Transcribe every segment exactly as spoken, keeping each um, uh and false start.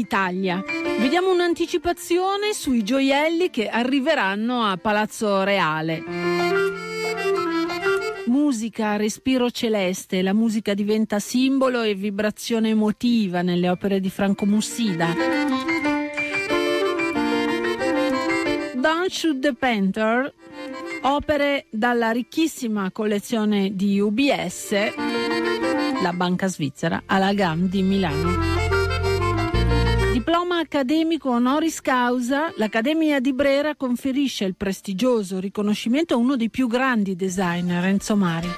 l'Italia. Vediamo un'anticipazione sui gioielli che arriveranno a Palazzo Reale. Musica, respiro celeste, la musica diventa simbolo e vibrazione emotiva nelle opere di Franco Mussida. Don't Shoot the Panther, opere dalla ricchissima collezione di U B S, la banca svizzera, alla G A M di Milano. Diploma accademico honoris causa, l'Accademia di Brera conferisce il prestigioso riconoscimento a uno dei più grandi designer, Enzo Mari.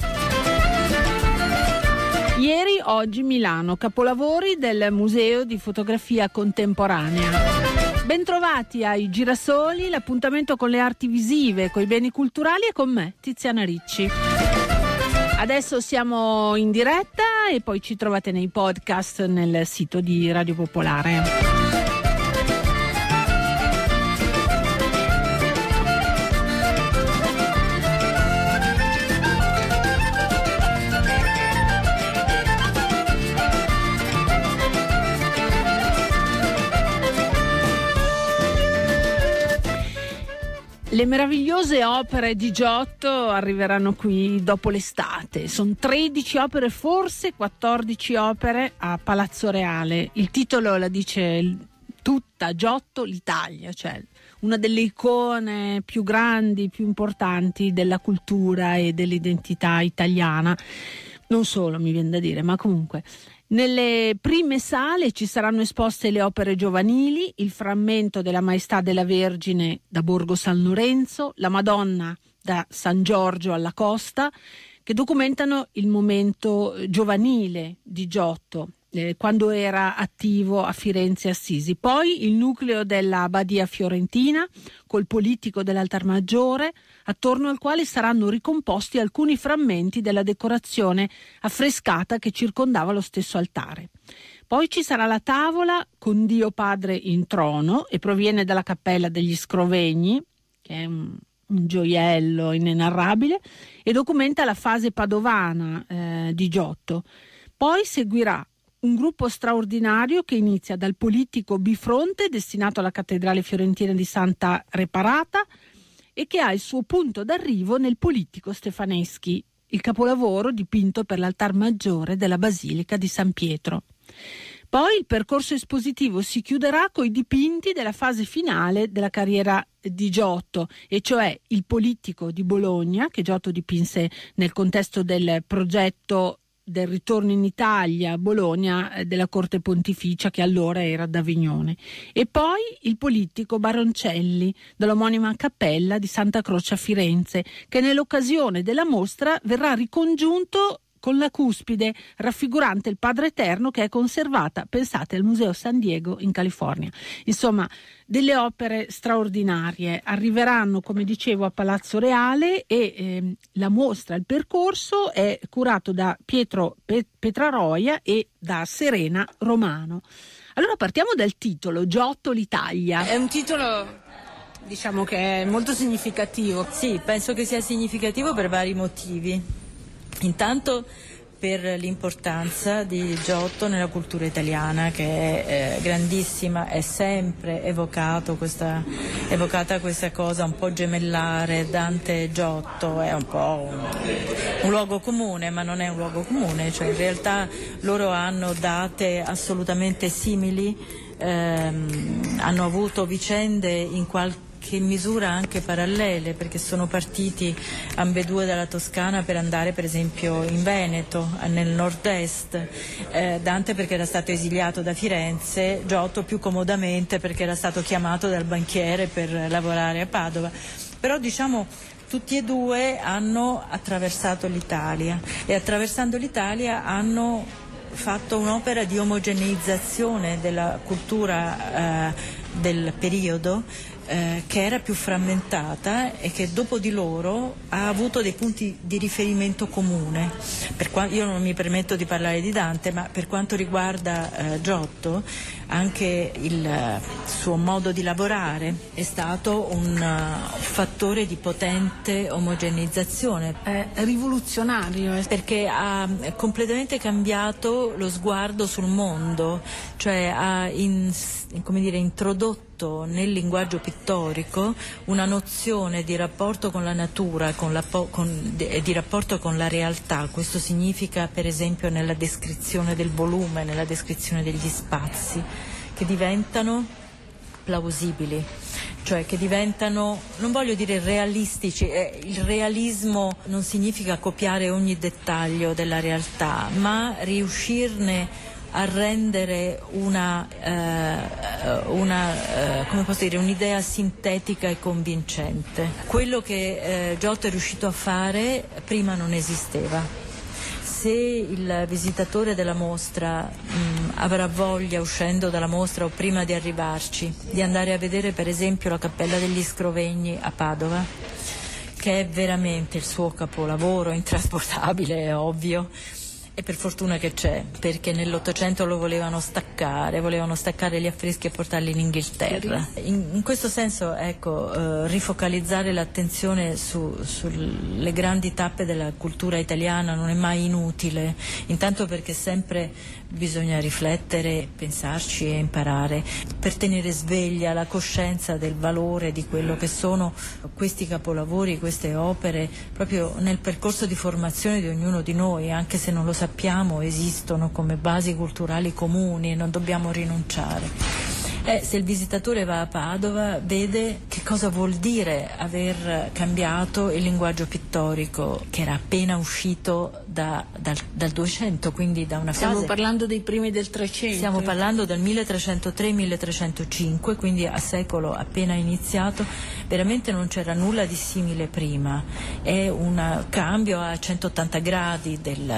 Ieri, oggi Milano, capolavori del Museo di Fotografia Contemporanea. Bentrovati ai Girasoli, l'appuntamento con le arti visive, con i beni culturali e con me, Tiziana Ricci. Adesso siamo in diretta e poi ci trovate nei podcast nel sito di Radio Popolare. Le meravigliose opere di Giotto arriveranno qui dopo l'estate. Sono tredici opere, forse quattordici opere a Palazzo Reale. Il titolo la dice tutta: Giotto l'Italia, cioè una delle icone più grandi, più importanti della cultura e dell'identità italiana. Non solo, mi viene da dire, ma comunque. Nelle prime sale ci saranno esposte le opere giovanili, il frammento della Maestà della Vergine da Borgo San Lorenzo, la Madonna da San Giorgio alla Costa, che documentano il momento giovanile di Giotto, eh, quando era attivo a Firenze e Assisi. Poi il nucleo della Badia Fiorentina, col politico dell'altar maggiore, attorno al quale saranno ricomposti alcuni frammenti della decorazione affrescata che circondava lo stesso altare. Poi ci sarà la tavola con Dio Padre in trono, e proviene dalla Cappella degli Scrovegni, che è un, un gioiello inenarrabile, e documenta la fase padovana eh, di Giotto. Poi seguirà un gruppo straordinario che inizia dal politico bifronte destinato alla cattedrale fiorentina di Santa Reparata e che ha il suo punto d'arrivo nel politico Stefaneschi, il capolavoro dipinto per l'altar maggiore della Basilica di San Pietro. Poi il percorso espositivo si chiuderà coi dipinti della fase finale della carriera di Giotto, e cioè il politico di Bologna, che Giotto dipinse nel contesto del progetto del ritorno in Italia a Bologna eh, della corte pontificia, che allora era ad Avignone, e poi il politico Baroncelli dell'omonima cappella di Santa Croce a Firenze, che nell'occasione della mostra verrà ricongiunto con la cuspide raffigurante il Padre Eterno, che è conservata, pensate, al Museo San Diego in California. Insomma, delle opere straordinarie arriveranno, come dicevo, a Palazzo Reale, e eh, la mostra, il percorso è curato da Pietro Pe- Petraroia e da Serena Romano. Allora partiamo dal titolo, Giotto l'Italia. È un titolo, diciamo, che è molto significativo. Sì, penso che sia significativo per vari motivi. Intanto per l'importanza di Giotto nella cultura italiana, che è eh, grandissima, è sempre evocato questa, evocata questa cosa un po' gemellare, Dante e Giotto, è un po' un, un luogo comune, ma non è un luogo comune, cioè in realtà loro hanno date assolutamente simili, ehm, hanno avuto vicende in qualche che misura anche parallele, perché sono partiti ambedue dalla Toscana per andare per esempio in Veneto, nel nord-est, eh, Dante perché era stato esiliato da Firenze, Giotto più comodamente perché era stato chiamato dal banchiere per lavorare a Padova. Però diciamo tutti e due hanno attraversato l'Italia, e attraversando l'Italia hanno fatto un'opera di omogeneizzazione della cultura eh, del periodo, eh, che era più frammentata e che dopo di loro ha avuto dei punti di riferimento comune. Per qua, io non mi permetto di parlare di Dante, ma per quanto riguarda eh, Giotto, anche il uh, suo modo di lavorare è stato un uh, fattore di potente omogeneizzazione. È rivoluzionario. Eh. Perché ha completamente cambiato lo sguardo sul mondo, cioè ha in, come dire, introdotto nel linguaggio pittorico una nozione di rapporto con la natura, con la, con, di, di rapporto con la realtà. Questo significa, per esempio, nella descrizione del volume, nella descrizione degli spazi, che diventano plausibili, cioè che diventano, non voglio dire realistici, eh, il realismo non significa copiare ogni dettaglio della realtà, ma riuscirne a rendere una, eh, una eh, come posso dire, un'idea sintetica e convincente. Quello che eh, Giotto è riuscito a fare prima non esisteva. Se il visitatore della mostra mh, avrà voglia, uscendo dalla mostra o prima di arrivarci, di andare a vedere per esempio la Cappella degli Scrovegni a Padova, che è veramente il suo capolavoro, intrasportabile, è ovvio, e per fortuna che c'è, perché nell'Ottocento lo volevano staccare, volevano staccare gli affreschi e portarli in Inghilterra. In, in questo senso, ecco, eh, rifocalizzare l'attenzione su, sulle grandi tappe della cultura italiana non è mai inutile, intanto perché sempre bisogna riflettere, pensarci e imparare, per tenere sveglia la coscienza del valore di quello che sono questi capolavori, queste opere, proprio nel percorso di formazione di ognuno di noi, anche se non lo sappiamo, esistono come basi culturali comuni e non dobbiamo rinunciare. Eh, se il visitatore va a Padova vede che cosa vuol dire aver cambiato il linguaggio pittorico, che era appena uscito da, dal, dal duecento, quindi da una fase... Stiamo parlando dei primi del trecento. Stiamo parlando del milletrecentotre milletrecentocinque, quindi a secolo appena iniziato. Veramente non c'era nulla di simile prima. È un cambio a centottanta gradi del,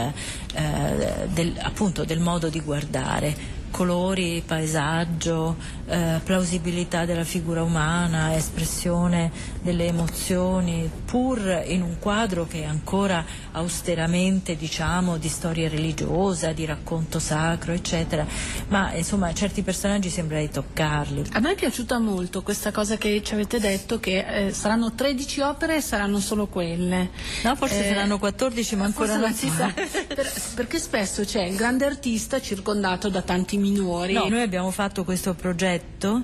eh, del, appunto, del modo di guardare. Colori, paesaggio, eh, plausibilità della figura umana, espressione delle emozioni, pur in un quadro che è ancora austeramente, diciamo, di storia religiosa, di racconto sacro, eccetera, ma insomma certi personaggi sembra di toccarli. A me è piaciuta molto questa cosa che ci avete detto, che eh, saranno tredici opere e saranno solo quelle. No, forse eh, saranno quattordici, ma ancora non si sa. per, perché spesso c'è il grande artista circondato da tanti minori. No, noi abbiamo fatto questo progetto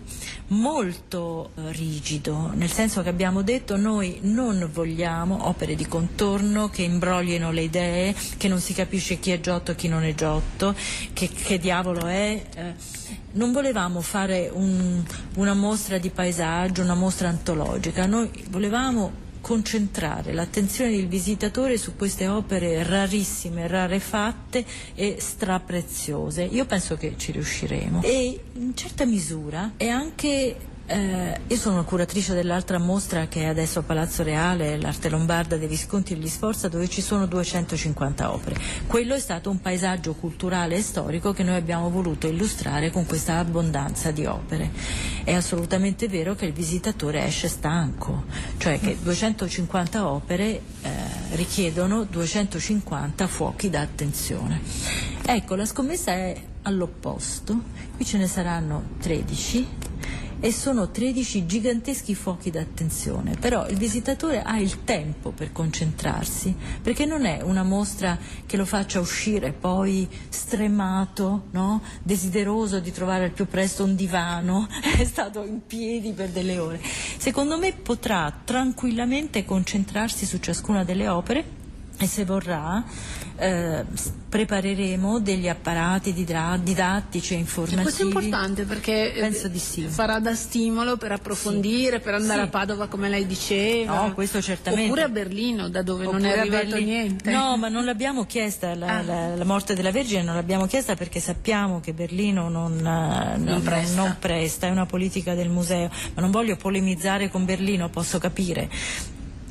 molto eh, rigido, nel senso che abbiamo detto noi non vogliamo opere di contorno che imbroglino le idee, che non si capisce chi è Giotto e chi non è Giotto, che, che diavolo è. Eh, non volevamo fare un, una mostra di paesaggio, una mostra antologica, noi volevamo concentrare l'attenzione del visitatore su queste opere rarissime, rarefatte e strapreziose. Io penso che ci riusciremo e in certa misura è anche Eh, io sono curatrice dell'altra mostra che è adesso a Palazzo Reale, l'Arte Lombarda dei Visconti e gli Sforza, dove ci sono duecentocinquanta opere. Quello è stato un paesaggio culturale e storico che noi abbiamo voluto illustrare con questa abbondanza di opere. È assolutamente vero che il visitatore esce stanco, cioè che duecentocinquanta opere eh, richiedono duecentocinquanta fuochi d'attenzione. Ecco, la scommessa è all'opposto, qui ce ne saranno tredici e sono tredici giganteschi fuochi d'attenzione, però il visitatore ha il tempo per concentrarsi, perché non è una mostra che lo faccia uscire poi stremato, no? Desideroso di trovare al più presto un divano, è stato in piedi per delle ore. Secondo me potrà tranquillamente concentrarsi su ciascuna delle opere e se vorrà eh, prepareremo degli apparati didattici e informativi. Questo è importante perché penso di sì. Farà da stimolo per approfondire, sì, per andare sì. a Padova come lei diceva. No, questo certamente. Oppure a Berlino, da dove Oppure non è arrivato niente. No, ma non l'abbiamo chiesta la, ah. la, la morte della Vergine, non l'abbiamo chiesta perché sappiamo che Berlino non, non, non, presta. non presta, è una politica del museo, ma non voglio polemizzare con Berlino, posso capire.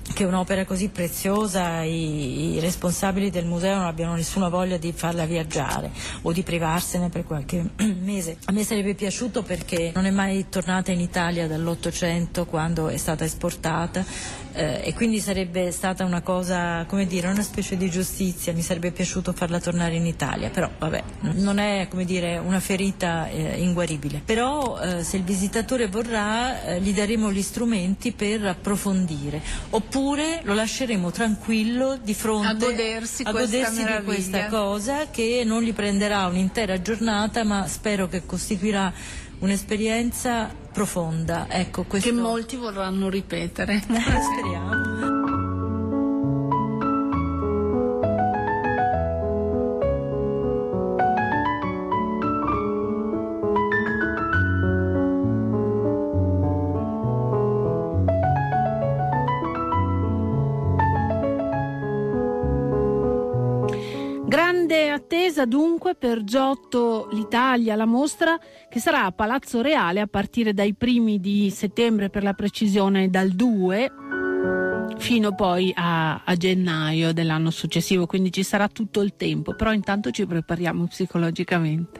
che un'opera così preziosa i, i responsabili del museo non abbiano nessuna voglia di farla viaggiare o di privarsene per qualche mese. A me sarebbe piaciuto perché non è mai tornata in Italia dall'Ottocento, quando è stata esportata, eh, e quindi sarebbe stata una cosa, come dire, una specie di giustizia. Mi sarebbe piaciuto farla tornare in Italia, però vabbè, non è, come dire, una ferita eh, inguaribile. Però eh, se il visitatore vorrà eh, gli daremo gli strumenti per approfondire, oppure lo lasceremo tranquillo di fronte a godersi, a questa, godersi di questa cosa che non gli prenderà un'intera giornata, ma spero che costituirà un'esperienza profonda. Ecco, questo... che molti vorranno ripetere. Speriamo. Grande attesa dunque per Giotto l'Italia, la mostra che sarà a Palazzo Reale a partire dai primi di settembre, per la precisione dal due fino poi a, a gennaio dell'anno successivo, quindi ci sarà tutto il tempo, però intanto ci prepariamo psicologicamente.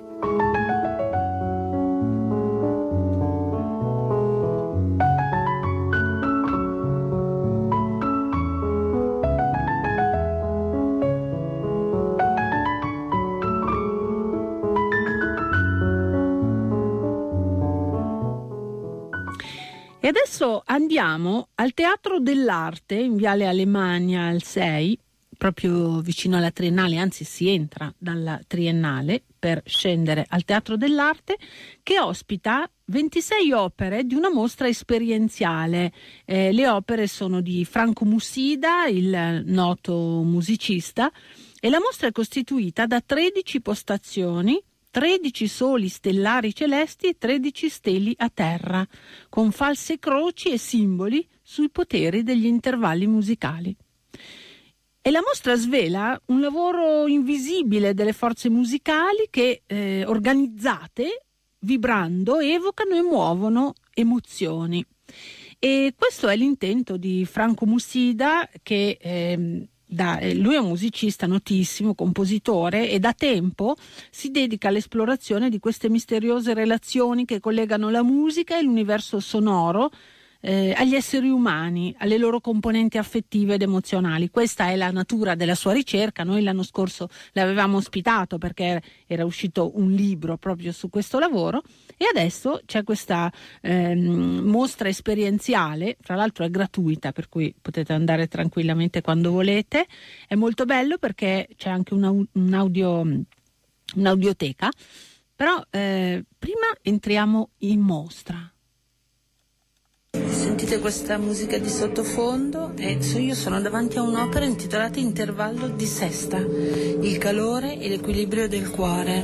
E adesso andiamo al Teatro dell'Arte in Viale Alemagna al sei, proprio vicino alla Triennale, anzi si entra dalla Triennale per scendere al Teatro dell'Arte, che ospita ventisei opere di una mostra esperienziale. Eh, le opere sono di Franco Mussida, il noto musicista, e la mostra è costituita da tredici postazioni, tredici soli stellari celesti e tredici steli a terra, con false croci e simboli sui poteri degli intervalli musicali. E la mostra svela un lavoro invisibile delle forze musicali che, eh, organizzate, vibrando, evocano e muovono emozioni. E questo è l'intento di Franco Mussida, che eh, Da, lui è un musicista notissimo, compositore, e da tempo si dedica all'esplorazione di queste misteriose relazioni che collegano la musica e l'universo sonoro eh, agli esseri umani, alle loro componenti affettive ed emozionali. Questa è la natura della sua ricerca. Noi l'anno scorso l'avevamo ospitato perché era uscito un libro proprio su questo lavoro, e adesso c'è questa ehm, mostra esperienziale, fra l'altro è gratuita, per cui potete andare tranquillamente quando volete. È molto bello perché c'è anche una, un audio, un'audioteca, però eh, prima entriamo in mostra. Sentite questa musica di sottofondo e io sono davanti a un'opera intitolata Intervallo di Sesta, il calore e l'equilibrio del cuore.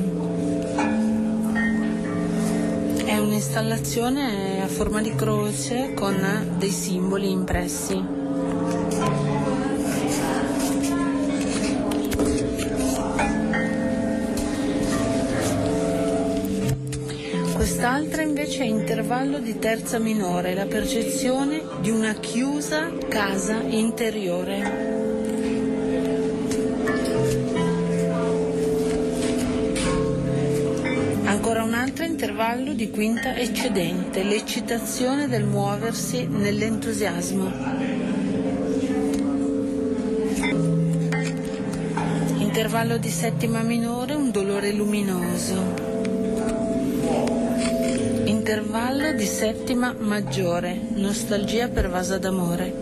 È un'installazione a forma di croce con dei simboli impressi. Quest'altra invece è intervallo di terza minore, la percezione di una chiusa casa interiore. Ancora un altro intervallo di quinta eccedente, l'eccitazione del muoversi nell'entusiasmo. Intervallo di settima minore, un dolore luminoso. Intervallo di settima maggiore, nostalgia pervasa d'amore.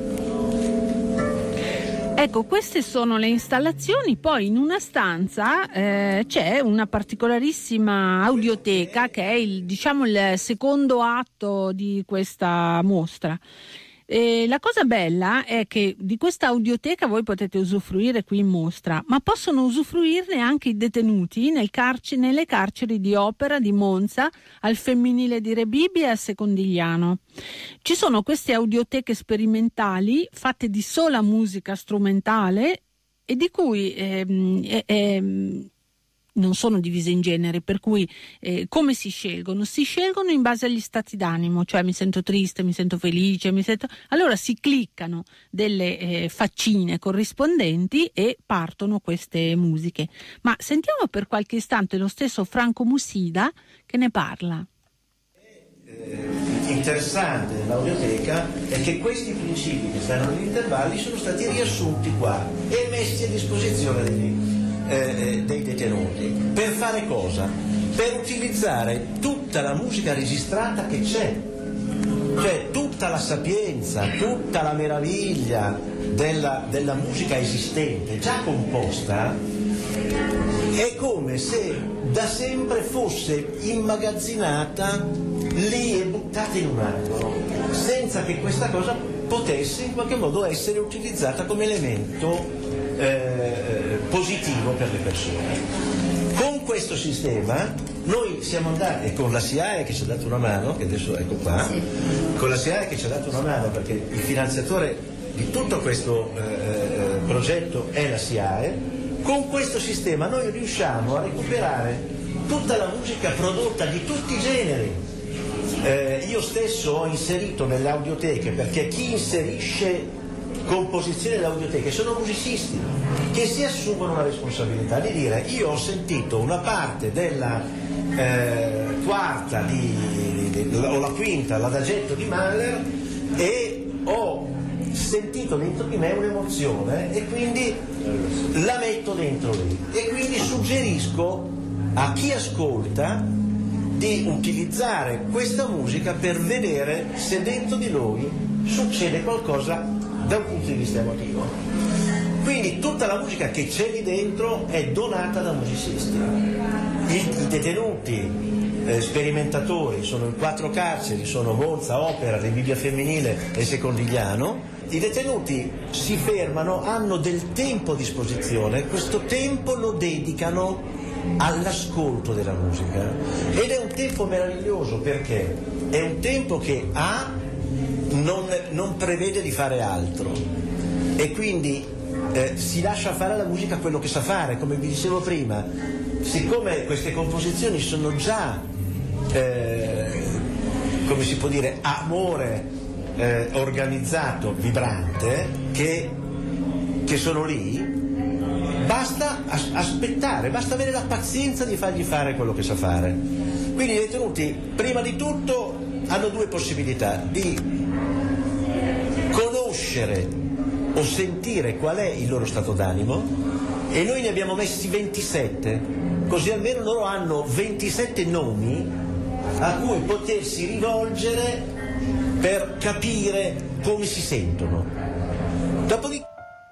Ecco, queste sono le installazioni. Poi in una stanza eh, c'è una particolarissima audioteca che è il, diciamo, il secondo atto di questa mostra. E la cosa bella è che di questa audioteca voi potete usufruire qui in mostra, ma possono usufruirne anche i detenuti nel carci- nelle carceri di Opera, di Monza, al Femminile di Rebibbia e a Secondigliano. Ci sono queste audioteche sperimentali fatte di sola musica strumentale e di cui ehm, eh, eh, non sono divise in generi, per cui eh, come si scelgono? Si scelgono in base agli stati d'animo, cioè mi sento triste, mi sento felice, mi sento... allora si cliccano delle eh, faccine corrispondenti e partono queste musiche. Ma sentiamo per qualche istante lo stesso Franco Mussida che ne parla. Interessante dell'audioteca è che questi principi che stanno negli intervalli sono stati riassunti qua e messi a disposizione degli Eh, dei detenuti. Per fare cosa? Per utilizzare tutta la musica registrata che c'è, cioè tutta la sapienza, tutta la meraviglia della, della musica esistente, già composta, è come se da sempre fosse immagazzinata lì e buttata in un angolo, senza che questa cosa potesse in qualche modo essere utilizzata come elemento Eh, positivo per le persone. Con questo sistema noi siamo andati, e con la SIAE che ci ha dato una mano, che adesso ecco qua, sì. Con la SIAE che ci ha dato una mano, perché il finanziatore di tutto questo eh, progetto è la SIAE, con questo sistema noi riusciamo a recuperare tutta la musica prodotta di tutti i generi. Eh, io stesso ho inserito nelle audioteche, perché chi inserisce composizioni delle audioteche sono musicisti che si assumono la responsabilità di dire: io ho sentito una parte della eh, quarta di, di, di, o la quinta, l'adagetto di Mahler, e ho sentito dentro di me un'emozione e quindi la metto dentro lì, e quindi suggerisco a chi ascolta di utilizzare questa musica per vedere se dentro di lui succede qualcosa da un punto di vista emotivo. Quindi tutta la musica che c'è lì dentro è donata da musicisti. I, i detenuti eh, sperimentatori sono in quattro carceri, sono Monza, Opera, Rebibbia Femminile e Secondigliano. I detenuti si fermano, hanno del tempo a disposizione, questo tempo lo dedicano all'ascolto della musica, ed è un tempo meraviglioso perché è un tempo che ha Non, non prevede di fare altro, e quindi eh, si lascia fare alla musica quello che sa fare. Come vi dicevo prima, siccome queste composizioni sono già eh, come si può dire, amore eh, organizzato, vibrante, che, che sono lì, basta as- aspettare, basta avere la pazienza di fargli fare quello che sa fare. Quindi i detenuti prima di tutto hanno due possibilità: di conoscere o sentire qual è il loro stato d'animo, e noi ne abbiamo messi ventisette, così almeno loro hanno ventisette nomi a cui potersi rivolgere per capire come si sentono. Dopodiché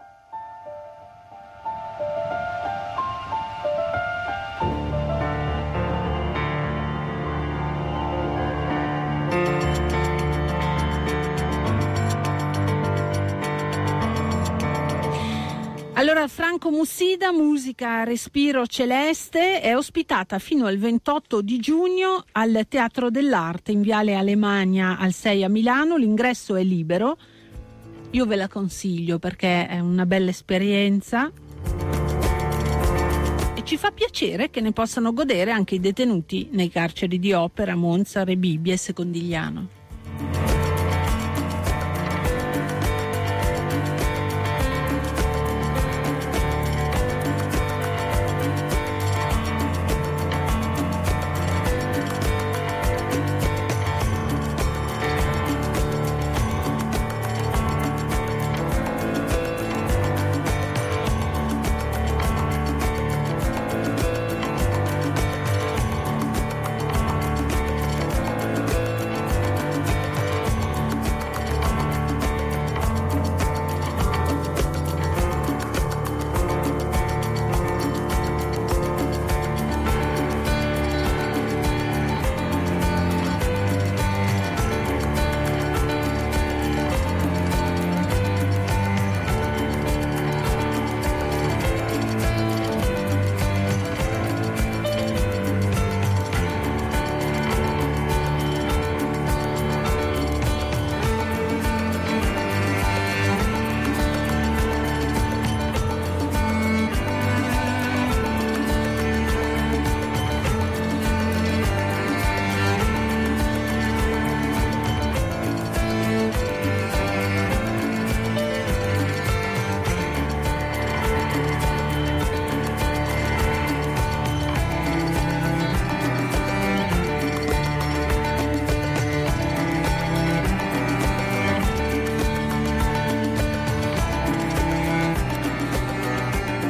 Allora, Franco Mussida, musica Respiro Celeste, è ospitata fino al ventotto di giugno al Teatro dell'Arte in Viale Alemagna al sei a Milano. L'ingresso è libero. Io ve la consiglio perché è una bella esperienza e ci fa piacere che ne possano godere anche i detenuti nei carceri di Opera, Monza, Rebibbia e Secondigliano.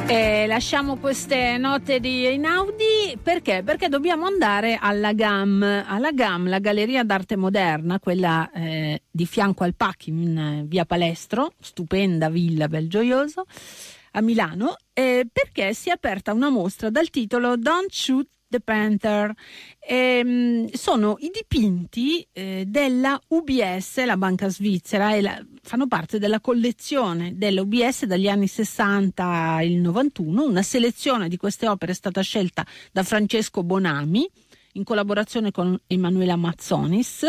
E lasciamo queste note di Einaudi perché? Perché dobbiamo andare alla GAM, alla GAM, la Galleria d'Arte Moderna, quella eh, di fianco al P A C in eh, via Palestro, stupenda villa Belgioioso a Milano, eh, perché si è aperta una mostra dal titolo Don't Shoot the Panther. Ehm, sono i dipinti eh, della U B S, la banca svizzera, e la, fanno parte della collezione della U B S dagli anni sessanta al novantuno. Una selezione di queste opere è stata scelta da Francesco Bonami in collaborazione con Emanuela Mazzonis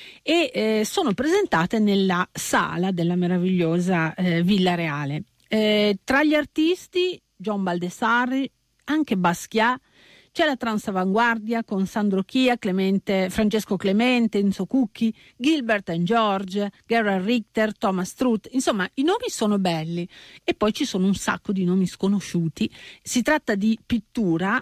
e eh, sono presentate nella sala della meravigliosa eh, Villa Reale. Eh, tra gli artisti John Baldessari, anche Basquiat. C'è la Transavanguardia con Sandro Chia, Clemente, Francesco Clemente, Enzo Cucchi, Gilbert and George, Gerhard Richter, Thomas Struth. Insomma, i nomi sono belli e poi ci sono un sacco di nomi sconosciuti. Si tratta di pittura,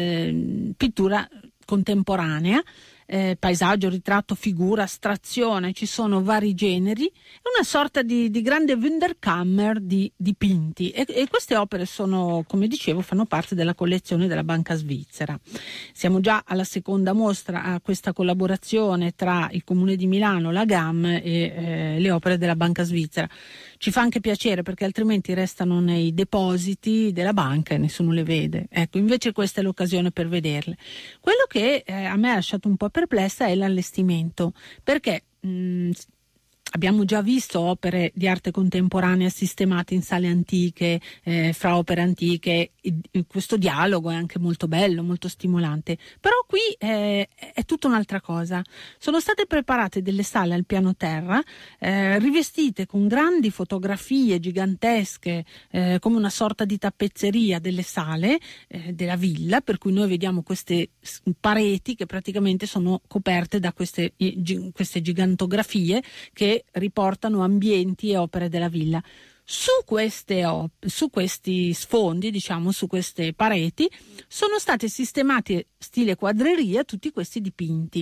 eh, pittura contemporanea, eh, paesaggio, ritratto, figura, astrazione, ci sono vari generi, è una sorta di, di grande Wunderkammer di dipinti e, e queste opere sono, come dicevo, fanno parte della collezione della Banca Svizzera. Siamo già alla seconda mostra a questa collaborazione tra il Comune di Milano, la GAM e eh, le opere della Banca Svizzera. Ci fa anche piacere perché altrimenti restano nei depositi della banca e nessuno le vede. Ecco, invece questa è l'occasione per vederle. Quello che eh, a me ha lasciato un po' perplessa è l'allestimento, perché mh, abbiamo già visto opere di arte contemporanea sistemate in sale antiche, eh, fra opere antiche, e, e questo dialogo è anche molto bello, molto stimolante, però qui eh, è tutta un'altra cosa. Sono state preparate delle sale al piano terra, eh, rivestite con grandi fotografie gigantesche, eh, come una sorta di tappezzeria delle sale eh, della villa, per cui noi vediamo queste pareti che praticamente sono coperte da queste, gi- queste gigantografie che riportano ambienti e opere della villa. Su queste op- su questi sfondi, diciamo, su queste pareti, sono state sistemati stile quadreria tutti questi dipinti.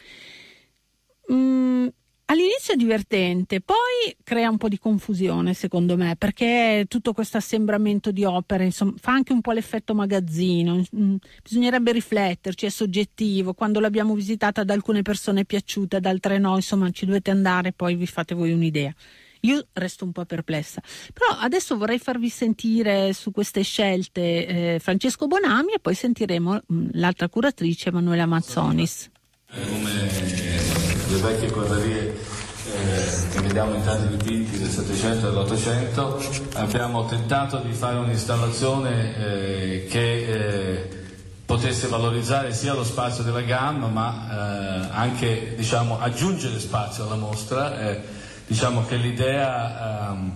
Mm, all'inizio è divertente, poi crea un po' di confusione secondo me, perché tutto questo assembramento di opere, insomma, fa anche un po' l'effetto magazzino. Mm, bisognerebbe rifletterci, è soggettivo, quando l'abbiamo visitata ad alcune persone è piaciuta, ad altre no, insomma ci dovete andare, poi vi fate voi un'idea. Io resto un po' perplessa, però adesso vorrei farvi sentire su queste scelte eh, Francesco Bonami e poi sentiremo mh, l'altra curatrice Emanuela Mazzonis. Come le vecchie quadrerie eh, che vediamo in tanti dipinti del Settecento e dell'Ottocento, abbiamo tentato di fare un'installazione eh, che eh, potesse valorizzare sia lo spazio della GAM ma eh, anche, diciamo, aggiungere spazio alla mostra. Eh, diciamo che l'idea ehm,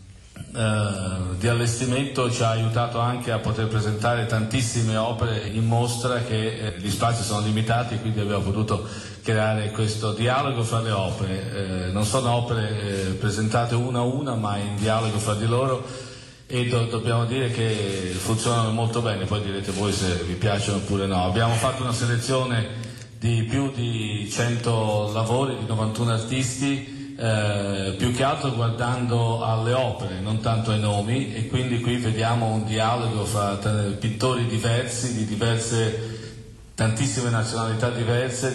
eh, di allestimento ci ha aiutato anche a poter presentare tantissime opere in mostra, che eh, gli spazi sono limitati e quindi abbiamo potuto creare questo dialogo fra le opere. Eh, non sono opere eh, presentate una a una ma in dialogo fra di loro e do- dobbiamo dire che funzionano molto bene, poi direte voi se vi piacciono oppure no. Abbiamo fatto una selezione di più di cento lavori di novantuno artisti, Eh, più che altro guardando alle opere, non tanto ai nomi, e quindi qui vediamo un dialogo fra t- pittori diversi, di diverse, tantissime nazionalità diverse,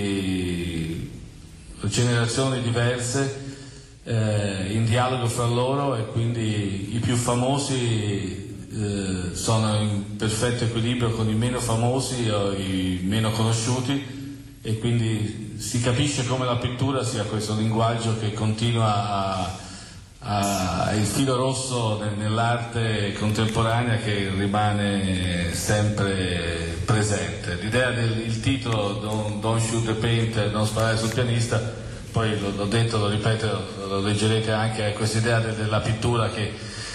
di generazioni diverse, eh, in dialogo fra loro, e quindi i più famosi eh, sono in perfetto equilibrio con i meno famosi o i meno conosciuti, e quindi si capisce come la pittura sia questo linguaggio che continua a, a il filo rosso nell'arte contemporanea, che rimane sempre presente. L'idea del il titolo don't, don't shoot the painter, non sparare sul pianista, poi l'ho, l'ho detto, lo ripeto, lo leggerete anche, questa idea de, della pittura, che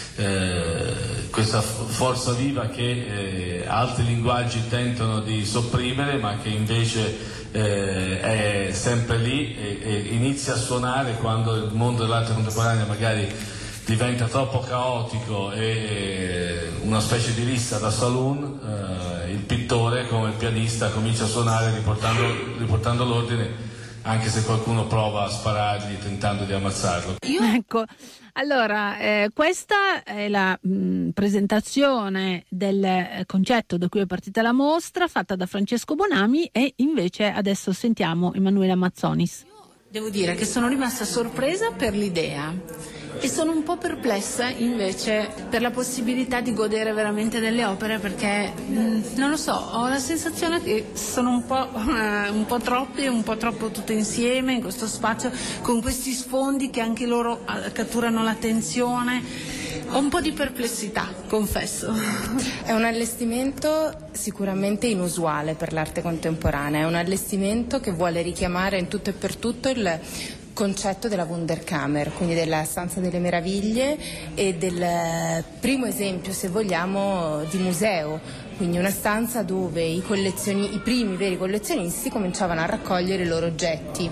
eh, questa forza viva che eh, altri linguaggi tentano di sopprimere, ma che invece Eh, è sempre lì e, e inizia a suonare quando il mondo dell'arte contemporanea magari diventa troppo caotico e una specie di rissa da saloon. Eh, il pittore, come il pianista, comincia a suonare riportando, riportando l'ordine, anche se qualcuno prova a sparargli tentando di ammazzarlo. Io... Ecco, allora eh, questa è la mh, presentazione del concetto da cui è partita la mostra, fatta da Francesco Bonami, e invece adesso sentiamo Emanuela Mazzonis. Devo dire che sono rimasta sorpresa per l'idea e sono un po' perplessa invece per la possibilità di godere veramente delle opere, perché mh, non lo so, ho la sensazione che sono un po', uh, un po' troppe, un po' troppo tutte insieme in questo spazio, con questi sfondi che anche loro uh, catturano l'attenzione. Ho un po' di perplessità, confesso. È un allestimento sicuramente inusuale per l'arte contemporanea, è un allestimento che vuole richiamare in tutto e per tutto il concetto della Wunderkammer, quindi della stanza delle meraviglie, e del primo esempio, se vogliamo, di museo, quindi una stanza dove i, collezioni, i primi veri collezionisti cominciavano a raccogliere i loro oggetti.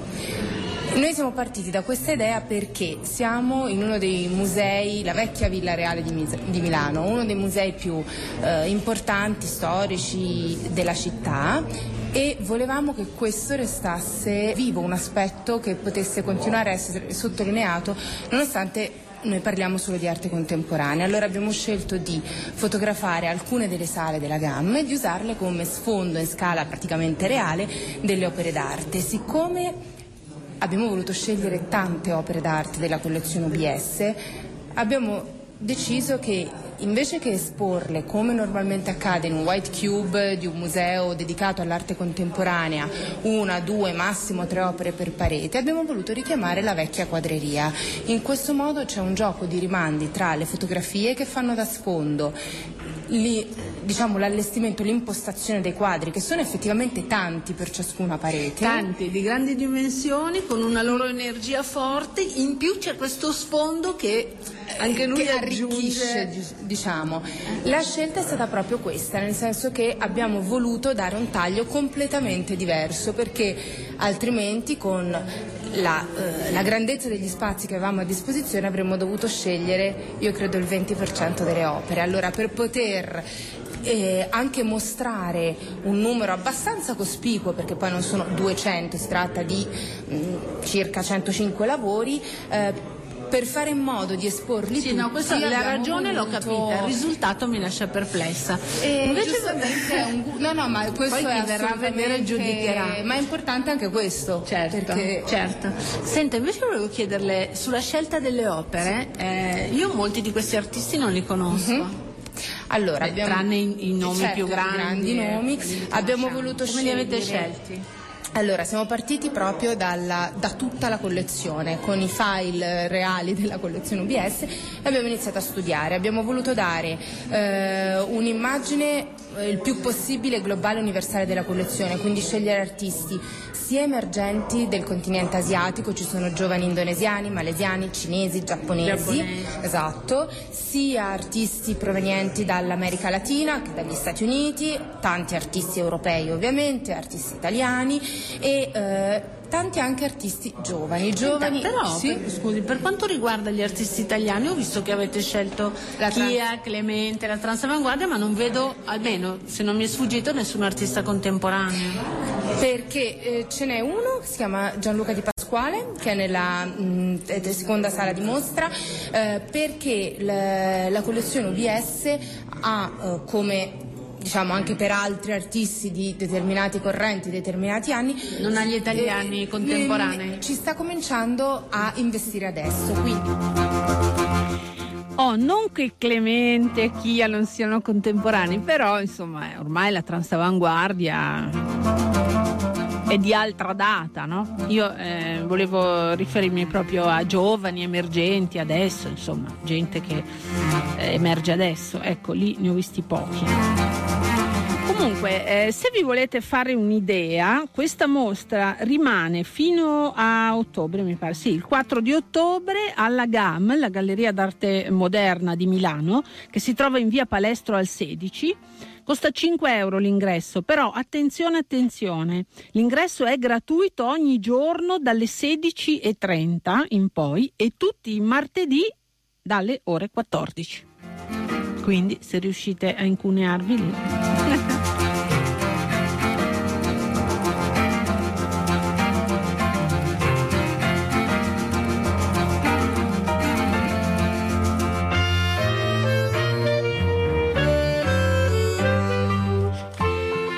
Noi siamo partiti da questa idea perché siamo in uno dei musei, la vecchia Villa Reale di, Mis- di Milano, uno dei musei più eh, importanti, storici della città, e volevamo che questo restasse vivo, un aspetto che potesse continuare a essere sottolineato nonostante noi parliamo solo di arte contemporanea. Allora abbiamo scelto di fotografare alcune delle sale della gamma e di usarle come sfondo in scala praticamente reale delle opere d'arte. Siccome abbiamo voluto scegliere tante opere d'arte della collezione U B S, abbiamo deciso che invece che esporle come normalmente accade in un white cube di un museo dedicato all'arte contemporanea, una, due, massimo tre opere per parete, abbiamo voluto richiamare la vecchia quadreria. In questo modo c'è un gioco di rimandi tra le fotografie che fanno da sfondo, Li, diciamo l'allestimento, l'impostazione dei quadri, che sono effettivamente tanti per ciascuna parete, tanti di grandi dimensioni con una loro energia forte, in più c'è questo sfondo che anche lui che arricchisce, aggiunge, diciamo. La scelta è stata proprio questa, nel senso che abbiamo voluto dare un taglio completamente diverso, perché altrimenti con la, eh, la grandezza degli spazi che avevamo a disposizione avremmo dovuto scegliere, io credo, il venti per cento delle opere. Allora, per poter eh, anche mostrare un numero abbastanza cospicuo, perché poi non sono duecento, si tratta di mh, circa centocinque lavori, eh, per fare in modo di esporli sì, tutti. No, questa la ragione voluto... l'ho capita, il risultato mi lascia perplessa. E invece giustamente è un... no no ma questo poi è chi verrà a vedere e giudicherà, ma è importante anche questo, certo, perché... certo. Senta, invece volevo chiederle sulla scelta delle opere. eh, io molti di questi artisti non li conosco. Mm-hmm. Allora, Beh, abbiamo... tranne i, i nomi certo, più grandi, grandi nomi, abbiamo voluto come scegliere. li avete scelti? Allora, siamo partiti proprio dalla, da tutta la collezione, con i file reali della collezione U B S, e abbiamo iniziato a studiare. Abbiamo voluto dare eh, un'immagine eh, il più possibile globale e universale della collezione, quindi scegliere artisti sia emergenti del continente asiatico, ci sono giovani indonesiani, malesiani, cinesi, giapponesi, Giapponesi. esatto, sia artisti provenienti dall'America Latina, dagli Stati Uniti, tanti artisti europei ovviamente, artisti italiani e eh, tanti anche artisti giovani. giovani Senta, però, sì? per, scusi, per quanto riguarda gli artisti italiani, ho visto che avete scelto La trans- Chia, Clemente, la Transavanguardia, ma non vedo, almeno se non mi è sfuggito, nessun artista contemporaneo. Perché eh, ce n'è uno che si chiama Gianluca Di Pasquale, che è nella mh, seconda sala di mostra, eh, perché la, la collezione U B S ha eh, come, diciamo, anche per altri artisti di determinati correnti, determinati anni, Non ha gli italiani eh, contemporanei. Ci sta cominciando a investire adesso, quindi... Oh, non che Clemente e Chia non siano contemporanei, però insomma ormai la transavanguardia è di altra data, no? Io eh, volevo riferirmi proprio a giovani, emergenti adesso, insomma, gente che eh, emerge adesso. Ecco, lì ne ho visti pochi. Comunque, eh, se vi volete fare un'idea, questa mostra rimane fino a ottobre, mi pare, sì, il quattro di ottobre alla G A M, la Galleria d'Arte Moderna di Milano, che si trova in via Palestro al sedici. Costa cinque euro l'ingresso, però attenzione, attenzione, l'ingresso è gratuito ogni giorno dalle sedici e trenta in poi e tutti i martedì dalle ore quattordici. Quindi se riuscite a incunearvi lì...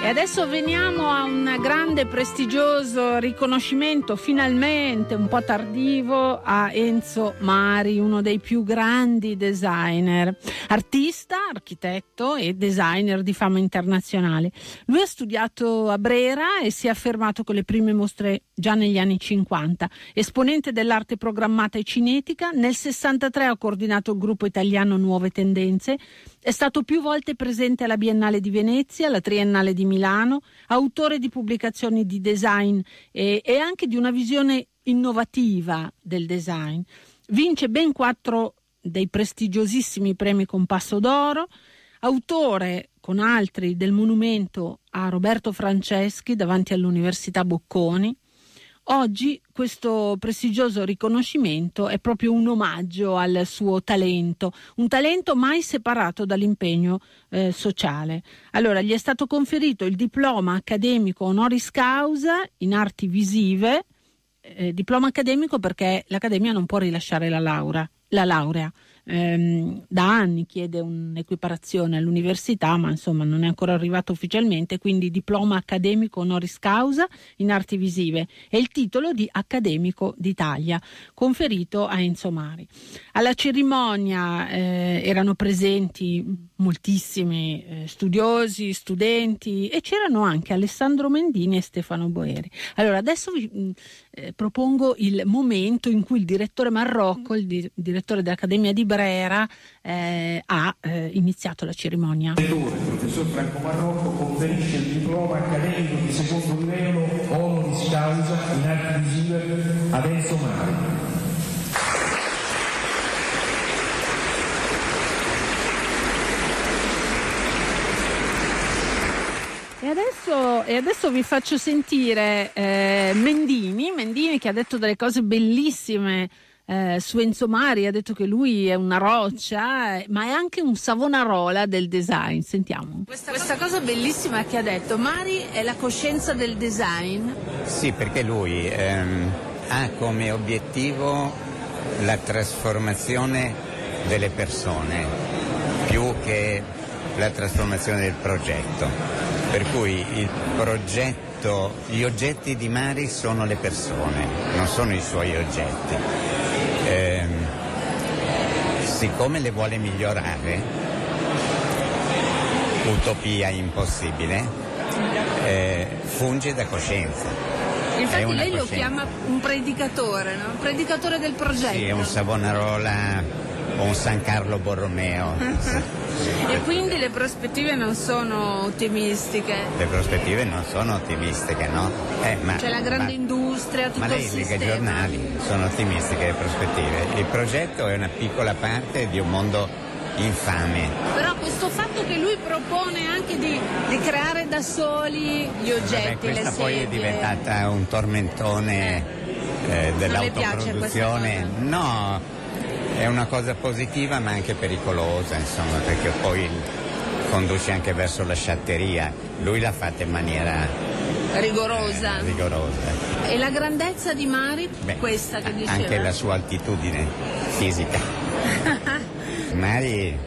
adesso veniamo a un grande prestigioso riconoscimento, finalmente un po' tardivo, a Enzo Mari, uno dei più grandi designer, artista, architetto e designer di fama internazionale. Lui ha studiato a Brera e si è affermato con le prime mostre già negli anni cinquanta. Esponente dell'arte programmata e cinetica, nel sessantatré ha coordinato il gruppo italiano Nuove Tendenze, è stato più volte presente alla Biennale di Venezia, alla Triennale di Milano, autore di pubblicazioni di design e, e anche di una visione innovativa del design. Vince ben quattro dei prestigiosissimi premi Compasso d'Oro, autore con altri del monumento a Roberto Franceschi davanti all'Università Bocconi. Oggi questo prestigioso riconoscimento è proprio un omaggio al suo talento, un talento mai separato dall'impegno eh, sociale. Allora, gli è stato conferito il diploma accademico honoris causa in arti visive, eh, diploma accademico perché l'Accademia non può rilasciare la laurea. La laurea. Ehm, da anni chiede un'equiparazione all'università, ma insomma non è ancora arrivato ufficialmente, quindi diploma accademico honoris causa in arti visive e il titolo di accademico d'Italia conferito a Enzo Mari. Alla cerimonia eh, erano presenti moltissimi eh, studiosi, studenti e c'erano anche Alessandro Mendini e Stefano Boeri. Allora adesso vi eh, propongo il momento in cui il direttore Marrocco, il di- direttore dell'Accademia di Brera, eh, ha eh, iniziato la cerimonia. Il professor Franco Marrocco conferisce il diploma accademico di secondo livello honoris causa in arti visive ad Enzo Mari. E adesso, e adesso vi faccio sentire eh, Mendini, Mendini che ha detto delle cose bellissime eh, su Enzo Mari, ha detto che lui è una roccia, eh, ma è anche un Savonarola del design. Sentiamo. Questa, questa cosa bellissima che ha detto, Mari è la coscienza del design? Sì, perché lui ehm, ha come obiettivo la trasformazione delle persone, più che la trasformazione del progetto. Per cui il progetto, gli oggetti di Mari sono le persone, non sono i suoi oggetti. Eh, siccome le vuole migliorare, utopia impossibile, eh, funge da coscienza. Infatti lei coscienza. lo chiama un predicatore, no? Un predicatore del progetto. Sì, è un Savonarola o un San Carlo Borromeo. E quindi le prospettive non sono ottimistiche? Le prospettive non sono ottimistiche, no? Eh, ma, C'è la grande ma, industria, tutto ma il lei sistema. legge i giornali, sono ottimistiche le prospettive. Il progetto è una piccola parte di un mondo infame. Però questo fatto che lui propone anche di, di creare da soli gli oggetti, Vabbè, questa le poi sedie. è diventata un tormentone eh, dell'autoproduzione. No, è una cosa positiva ma anche pericolosa, insomma, perché poi conduce anche verso la sciatteria. Lui l'ha fatta in maniera rigorosa. Eh, rigorosa. E la grandezza di Mari? Beh, questa che diceva? anche la sua altitudine fisica. Mari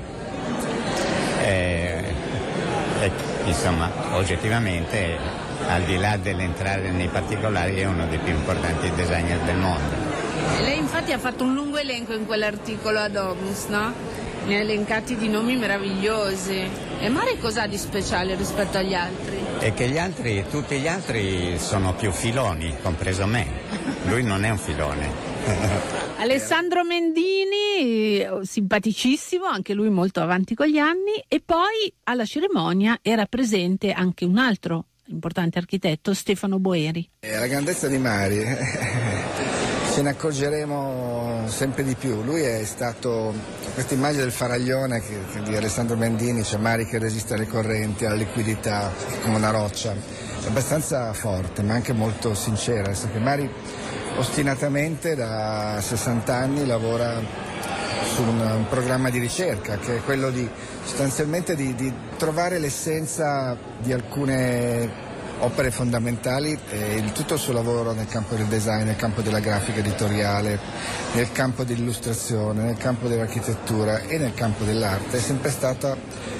è, è, insomma, oggettivamente, al di là dell'entrare nei particolari, è uno dei più importanti designer del mondo. Lei infatti ha fatto un lungo elenco in quell'articolo ad Domus, no? Ne ha elencati di nomi meravigliosi. E Mari cos'ha di speciale rispetto agli altri? E che gli altri, tutti gli altri sono più filoni, compreso me. Lui non è un filone. Alessandro Mendini, simpaticissimo, anche lui molto avanti con gli anni, e poi alla cerimonia era presente anche un altro importante architetto, Stefano Boeri. La grandezza di Mari ce ne accorgeremo sempre di più. Lui è stato, questa immagine del faraglione che, che di Alessandro Mendini, c'è Mari che resiste alle correnti, alla liquidità, come una roccia, è abbastanza forte ma anche molto sincera, perché Mari ostinatamente da sessanta anni lavora su un, un programma di ricerca che è quello di sostanzialmente di, di trovare l'essenza di alcune opere fondamentali, e il tutto il suo lavoro nel campo del design, nel campo della grafica editoriale, nel campo dell'illustrazione, nel campo dell'architettura e nel campo dell'arte è sempre stata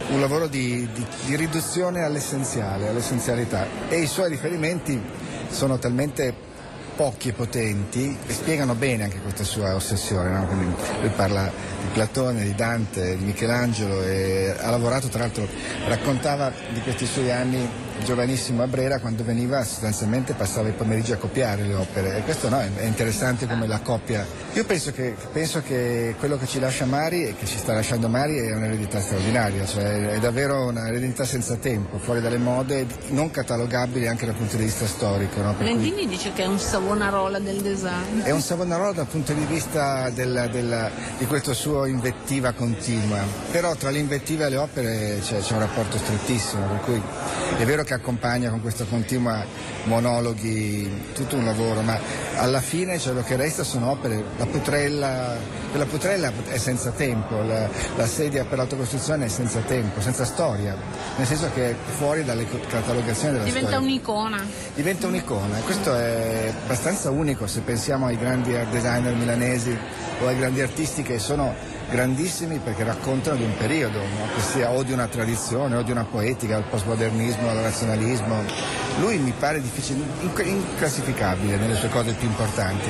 un lavoro di, di, di riduzione all'essenziale, all'essenzialità, e i suoi riferimenti sono talmente pochi e potenti e spiegano bene anche questa sua ossessione, no? Quindi lui parla di Platone, di Dante, di Michelangelo, e ha lavorato, tra l'altro raccontava di questi suoi anni giovanissimo a Brera, quando veniva sostanzialmente passava i pomeriggi a copiare le opere, e questo no, è interessante come la coppia. Io penso che, penso che quello che ci lascia Mari e che ci sta lasciando Mari è un'eredità straordinaria, cioè è davvero un'eredità senza tempo, fuori dalle mode, non catalogabile anche dal punto di vista storico, no? Landini cui dice che è un Savonarola del design. È un Savonarola dal punto di vista del, del, di questo suo invettiva continua, però tra l'invettiva e le opere c'è, c'è un rapporto strettissimo, per cui è vero che accompagna con questa continua monologhi tutto un lavoro, ma alla fine quello che resta sono opere. La Putrella, la Putrella è senza tempo, la, la sedia per l'autocostruzione è senza tempo, senza storia, nel senso che è fuori dalle catalogazioni della Diventa storia. Diventa un'icona. Diventa un'icona, e questo è abbastanza unico se pensiamo ai grandi art designer milanesi o ai grandi artisti che sono grandissimi perché raccontano di un periodo, no? Che sia o di una tradizione o di una poetica, il postmodernismo, il razionalismo. Lui mi pare difficile, inclassificabile nelle sue cose più importanti,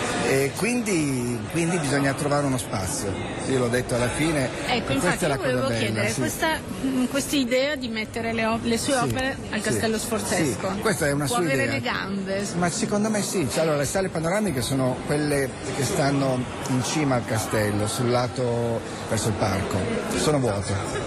e quindi, quindi bisogna trovare uno spazio. Io l'ho detto alla fine. Ecco, infatti io volevo chiedere sì. questa questa idea di mettere le, op- le sue sì, opere al sì, Castello Sforzesco. Sì, questa è una Può sua avere idea. le gambe. Ma secondo me sì. Cioè, allora, le sale panoramiche sono quelle che stanno in cima al castello, sul lato verso il parco. Sono vuote.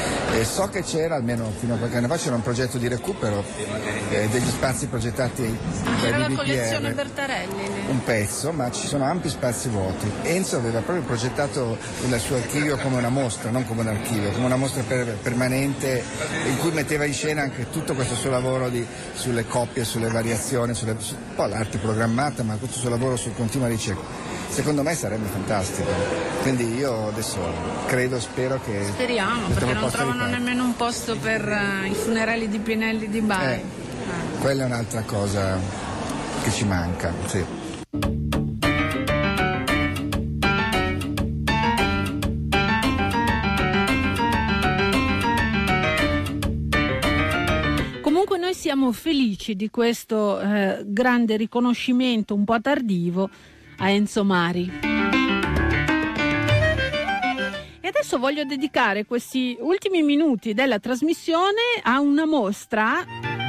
E so che c'era, almeno fino a qualche anno fa, c'era un progetto di recupero eh, degli spazi progettati C'era dai la B B P R, collezione Bertarelli lì. un pezzo, ma ci sono ampi spazi vuoti. Enzo aveva proprio progettato il suo archivio come una mostra, non come un archivio, come una mostra per, permanente, in cui metteva in scena anche tutto questo suo lavoro di, sulle coppie, sulle variazioni, sulle, su, un po' l'arte programmata, ma questo suo lavoro su continua ricerca. Secondo me sarebbe fantastico, quindi io adesso credo, spero che... Speriamo, perché non trovano nemmeno un posto per uh, i funerali di Pinelli di Bari. Eh, ah. Quella è un'altra cosa che ci manca, sì. Comunque noi siamo felici di questo eh, grande riconoscimento un po' tardivo a Enzo Mari. E adesso voglio dedicare questi ultimi minuti della trasmissione a una mostra,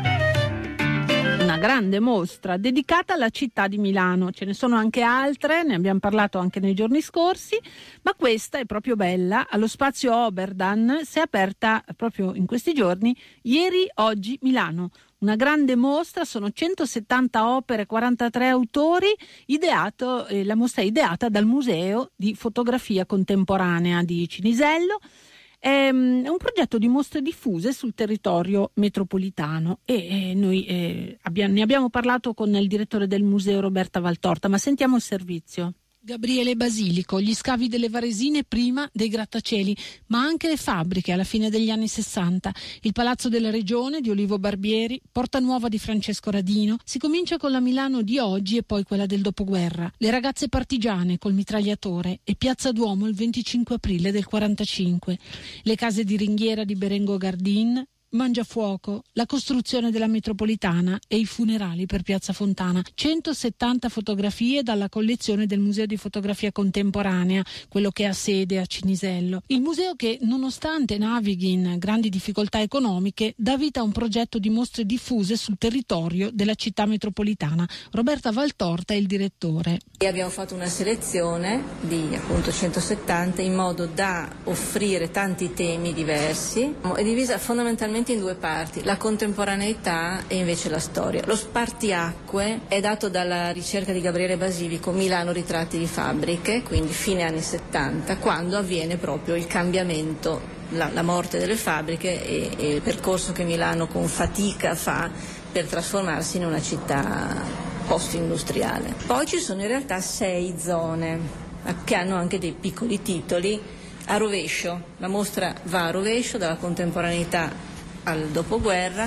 una grande mostra dedicata alla città di Milano. Ce ne sono anche altre, ne abbiamo parlato anche nei giorni scorsi, ma questa è proprio bella. Allo spazio Oberdan si è aperta proprio in questi giorni, ieri, oggi, Milano. Una grande mostra, sono centosettanta opere, quarantatré autori, ideato, eh, la mostra è ideata dal Museo di Fotografia Contemporanea di Cinisello. È um, un progetto di mostre diffuse sul territorio metropolitano e eh, noi eh, abbiamo, ne abbiamo parlato con il direttore del museo Roberta Valtorta, ma sentiamo il servizio. Gabriele Basilico, gli scavi delle Varesine prima dei grattacieli, ma anche le fabbriche alla fine degli anni sessanta, il Palazzo della Regione di Olivo Barbieri, Porta Nuova di Francesco Radino. Si comincia con la Milano di oggi e poi quella del dopoguerra, le ragazze partigiane col mitragliatore e Piazza Duomo il venticinque aprile del quarantacinque, le case di ringhiera di Berengo Gardin, Mangiafuoco, la costruzione della metropolitana e i funerali per Piazza Fontana. centosettanta fotografie dalla collezione del Museo di Fotografia Contemporanea, quello che ha sede a Cinisello. Il museo che, nonostante navighi in grandi difficoltà economiche, dà vita a un progetto di mostre diffuse sul territorio della città metropolitana. Roberta Valtorta è il direttore. E abbiamo fatto una selezione di appunto centosettanta in modo da offrire tanti temi diversi. È divisa fondamentalmente in due parti, la contemporaneità e invece la storia. Lo spartiacque è dato dalla ricerca di Gabriele Basilico, Milano ritratti di fabbriche, quindi fine anni settanta, quando avviene proprio il cambiamento, la, la morte delle fabbriche e, e il percorso che Milano con fatica fa per trasformarsi in una città post-industriale. Poi ci sono in realtà sei zone che hanno anche dei piccoli titoli a rovescio. La mostra va a rovescio dalla contemporaneità al dopoguerra.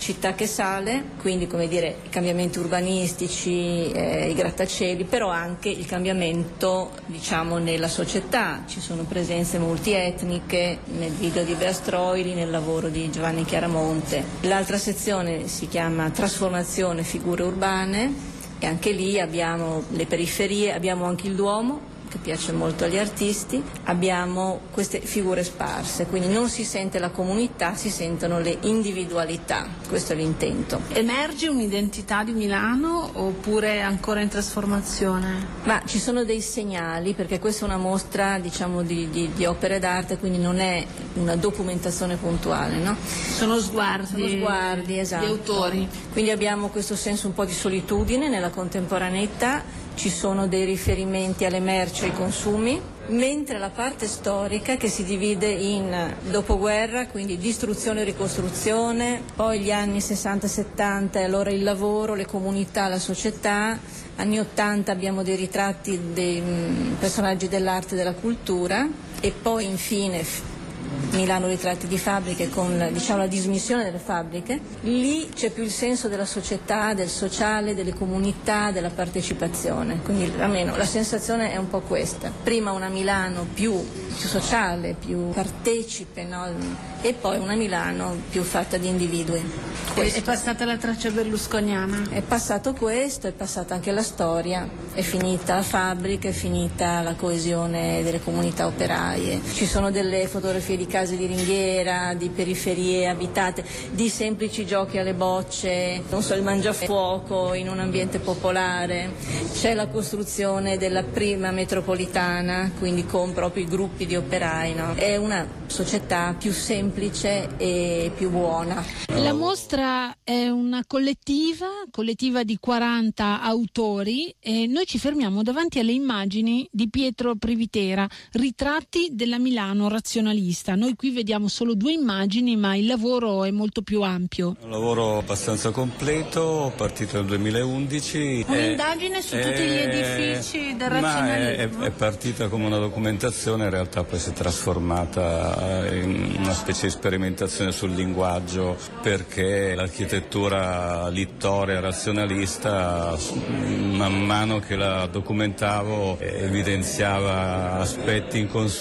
città che sale, quindi come dire i cambiamenti urbanistici, eh, i grattacieli, però anche il cambiamento diciamo nella società. Ci sono presenze multietniche nel video di Beastroili, nel lavoro di Giovanni Chiaramonte. L'altra sezione si chiama Trasformazione figure urbane e anche lì abbiamo le periferie, abbiamo anche il Duomo che piace molto agli artisti, abbiamo queste figure sparse, quindi non si sente la comunità, si sentono le individualità, questo è l'intento. Emerge un'identità di Milano oppure ancora in trasformazione? Ma ci sono dei segnali, perché questa è una mostra diciamo di, di, di opere d'arte, quindi non è una documentazione puntuale, no? Sono sguardi, sono sguardi, esatto. Di autori. Quindi abbiamo questo senso un po' di solitudine nella contemporaneità. Ci sono dei riferimenti alle merci e ai consumi, mentre la parte storica che si divide in dopoguerra, quindi distruzione e ricostruzione, poi gli anni sessanta settanta e allora il lavoro, le comunità, la società, anni ottanta abbiamo dei ritratti dei personaggi dell'arte e della cultura e poi infine Milano ritratti di fabbriche con diciamo la dismissione delle fabbriche. Lì c'è più il senso della società, del sociale, delle comunità, della partecipazione, quindi almeno la sensazione è un po' questa: prima una Milano più, più sociale, più partecipe, no? E poi una Milano più fatta di individui. Questo. È passata la traccia berlusconiana? È passato questo, è passata anche la storia, è finita la fabbrica, è finita la coesione delle comunità operaie. Ci sono delle fotografie di case di ringhiera, di periferie abitate, di semplici giochi alle bocce, non so, il mangiafuoco in un ambiente popolare. C'è la costruzione della prima metropolitana, quindi con proprio i gruppi di operai, no? È una società più semplice e più buona. La mostra è una collettiva, collettiva di quaranta autori e noi ci fermiamo davanti alle immagini di Pietro Privitera, ritratti della Milano razionalista. Noi qui vediamo solo due immagini, ma il lavoro è molto più ampio. Un lavoro abbastanza completo, partito nel duemilaundici. Un'indagine su tutti gli edifici del razionalismo? Ma è, è, è partita come una documentazione, in realtà poi si è trasformata in una specie di sperimentazione sul linguaggio, perché l'architettura littorea razionalista, man mano che la documentavo, evidenziava aspetti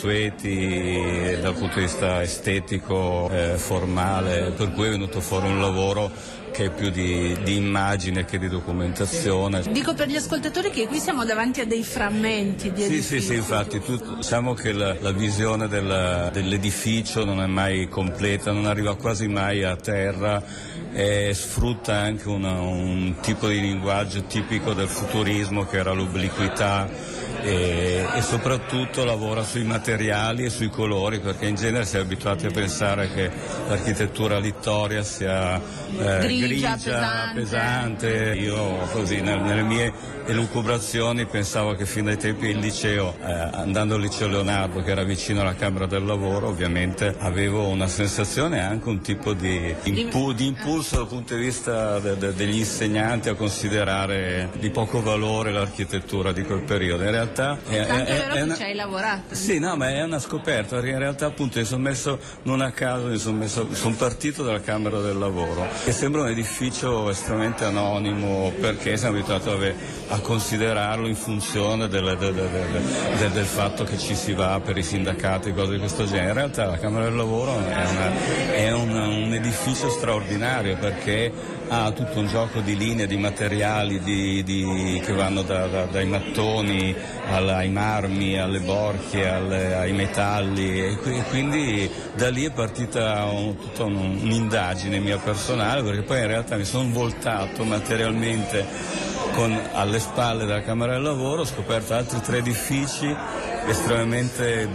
inconsueti dal punto di vista estetico, eh, formale, per cui è venuto fuori un lavoro che è più di, di immagine che di documentazione. Dico per gli ascoltatori che qui siamo davanti a dei frammenti di edifici. Sì, sì, sì, infatti tu, diciamo che la, la visione del, dell'edificio non è mai completa, non arriva quasi mai a terra e sfrutta anche una, un tipo di linguaggio tipico del futurismo che era l'obliquità. E, e soprattutto lavora sui materiali e sui colori, perché in genere si è abituati a pensare che l'architettura littorea sia eh, grigia, grigia pesante. pesante. Io così nel, nelle mie elucubrazioni pensavo che fin dai tempi del liceo, eh, andando al liceo Leonardo che era vicino alla Camera del Lavoro, ovviamente avevo una sensazione e anche un tipo di, impu- di impulso dal punto di vista de- de- degli insegnanti a considerare di poco valore l'architettura di quel periodo. In realtà È, Tanto è, è vero è che una... ci hai lavorato. Sì, no, ma è una scoperta, perché in realtà appunto mi sono messo, non a caso, mi sono messo, sono partito dalla Camera del Lavoro, che sembra un edificio estremamente anonimo, perché siamo abituati a, a considerarlo in funzione del, del, del, del, del fatto che ci si va per i sindacati, cose di questo genere. In realtà la Camera del Lavoro è, una, è una, un edificio straordinario, perché ha tutto un gioco di linee, di materiali di, di, che vanno da, da, dai mattoni alla, ai marmi, alle borchie, alle, ai metalli, e, qui, e quindi da lì è partita un, tutta un, un'indagine mia personale, perché poi in realtà mi sono voltato materialmente con, alle spalle della Camera del Lavoro, ho scoperto altri tre edifici estremamente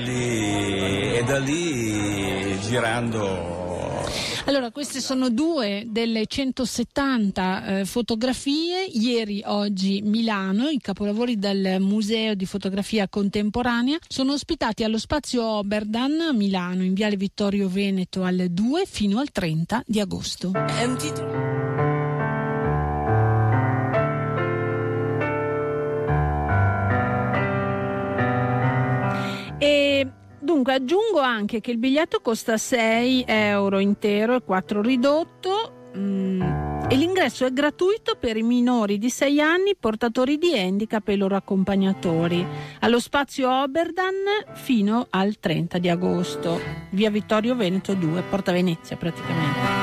belli e da lì girando. Allora, queste sono due delle centosettanta eh, fotografie, ieri, oggi, Milano. I capolavori del Museo di Fotografia Contemporanea sono ospitati allo Spazio Oberdan a Milano, in Viale Vittorio Veneto, al due fino al trenta di agosto. È un titolo. E dunque aggiungo anche che il biglietto costa sei euro intero e quattro ridotto. mm, e l'ingresso è gratuito per i minori di sei anni, portatori di handicap e i loro accompagnatori, allo spazio Oberdan fino al trenta di agosto, via Vittorio Veneto due, Porta Venezia praticamente.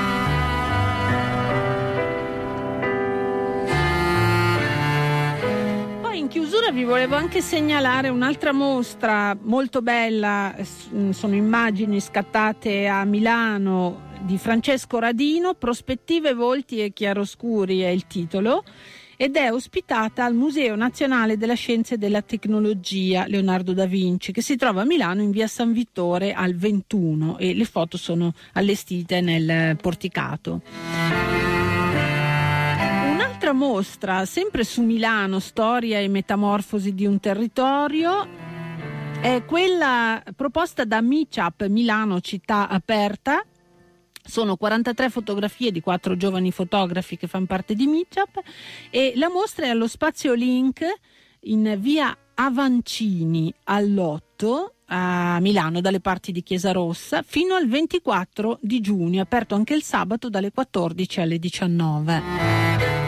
In chiusura vi volevo anche segnalare un'altra mostra molto bella, sono immagini scattate a Milano di Francesco Radino, Prospettive, volti e chiaroscuri è il titolo, ed è ospitata al Museo Nazionale della Scienza e della Tecnologia Leonardo da Vinci, che si trova a Milano in via San Vittore al ventuno, e le foto sono allestite nel porticato. Un'altra mostra, sempre su Milano, Storia e metamorfosi di un territorio, è quella proposta da Meetup Milano Città Aperta. Sono quarantatré fotografie di quattro giovani fotografi che fanno parte di Meetup, e la mostra è allo Spazio Link in via Avancini all'otto a Milano, dalle parti di Chiesa Rossa, fino al ventiquattro di giugno, aperto anche il sabato dalle quattordici alle diciannove.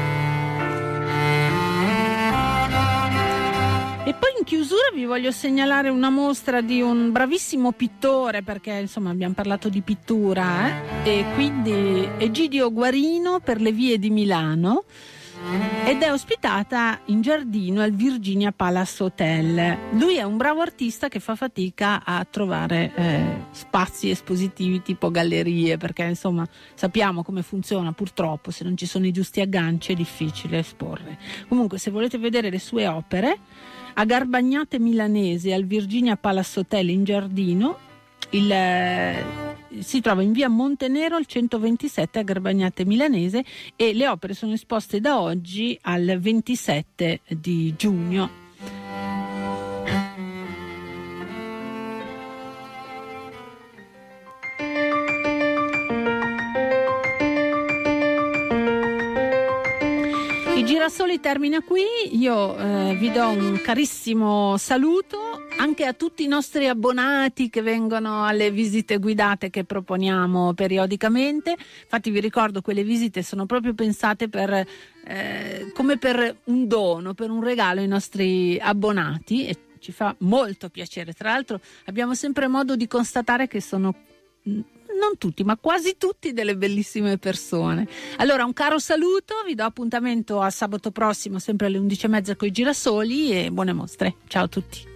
E poi in chiusura vi voglio segnalare una mostra di un bravissimo pittore, perché insomma abbiamo parlato di pittura, eh? E quindi Egidio Guarino per le vie di Milano, ed è ospitata in giardino al Virginia Palace Hotel. Lui è un bravo artista che fa fatica a trovare eh, spazi espositivi tipo gallerie, perché insomma sappiamo come funziona, purtroppo se non ci sono i giusti agganci è difficile esporre. Comunque, se volete vedere le sue opere, a Garbagnate Milanese al Virginia Palace Hotel in giardino, il, eh, si trova in via Montenero al centoventisette a Garbagnate Milanese, e le opere sono esposte da oggi al ventisette di giugno. Il Girasoli termina qui, io eh, vi do un carissimo saluto anche a tutti i nostri abbonati che vengono alle visite guidate che proponiamo periodicamente. Infatti vi ricordo, quelle visite sono proprio pensate per eh, come per un dono, per un regalo ai nostri abbonati, e ci fa molto piacere. Tra l'altro abbiamo sempre modo di constatare che sono non tutti, ma quasi tutti, delle bellissime persone. Allora, un caro saluto, vi do appuntamento a sabato prossimo, sempre alle undici e mezza con i Girasoli, e buone mostre. Ciao a tutti.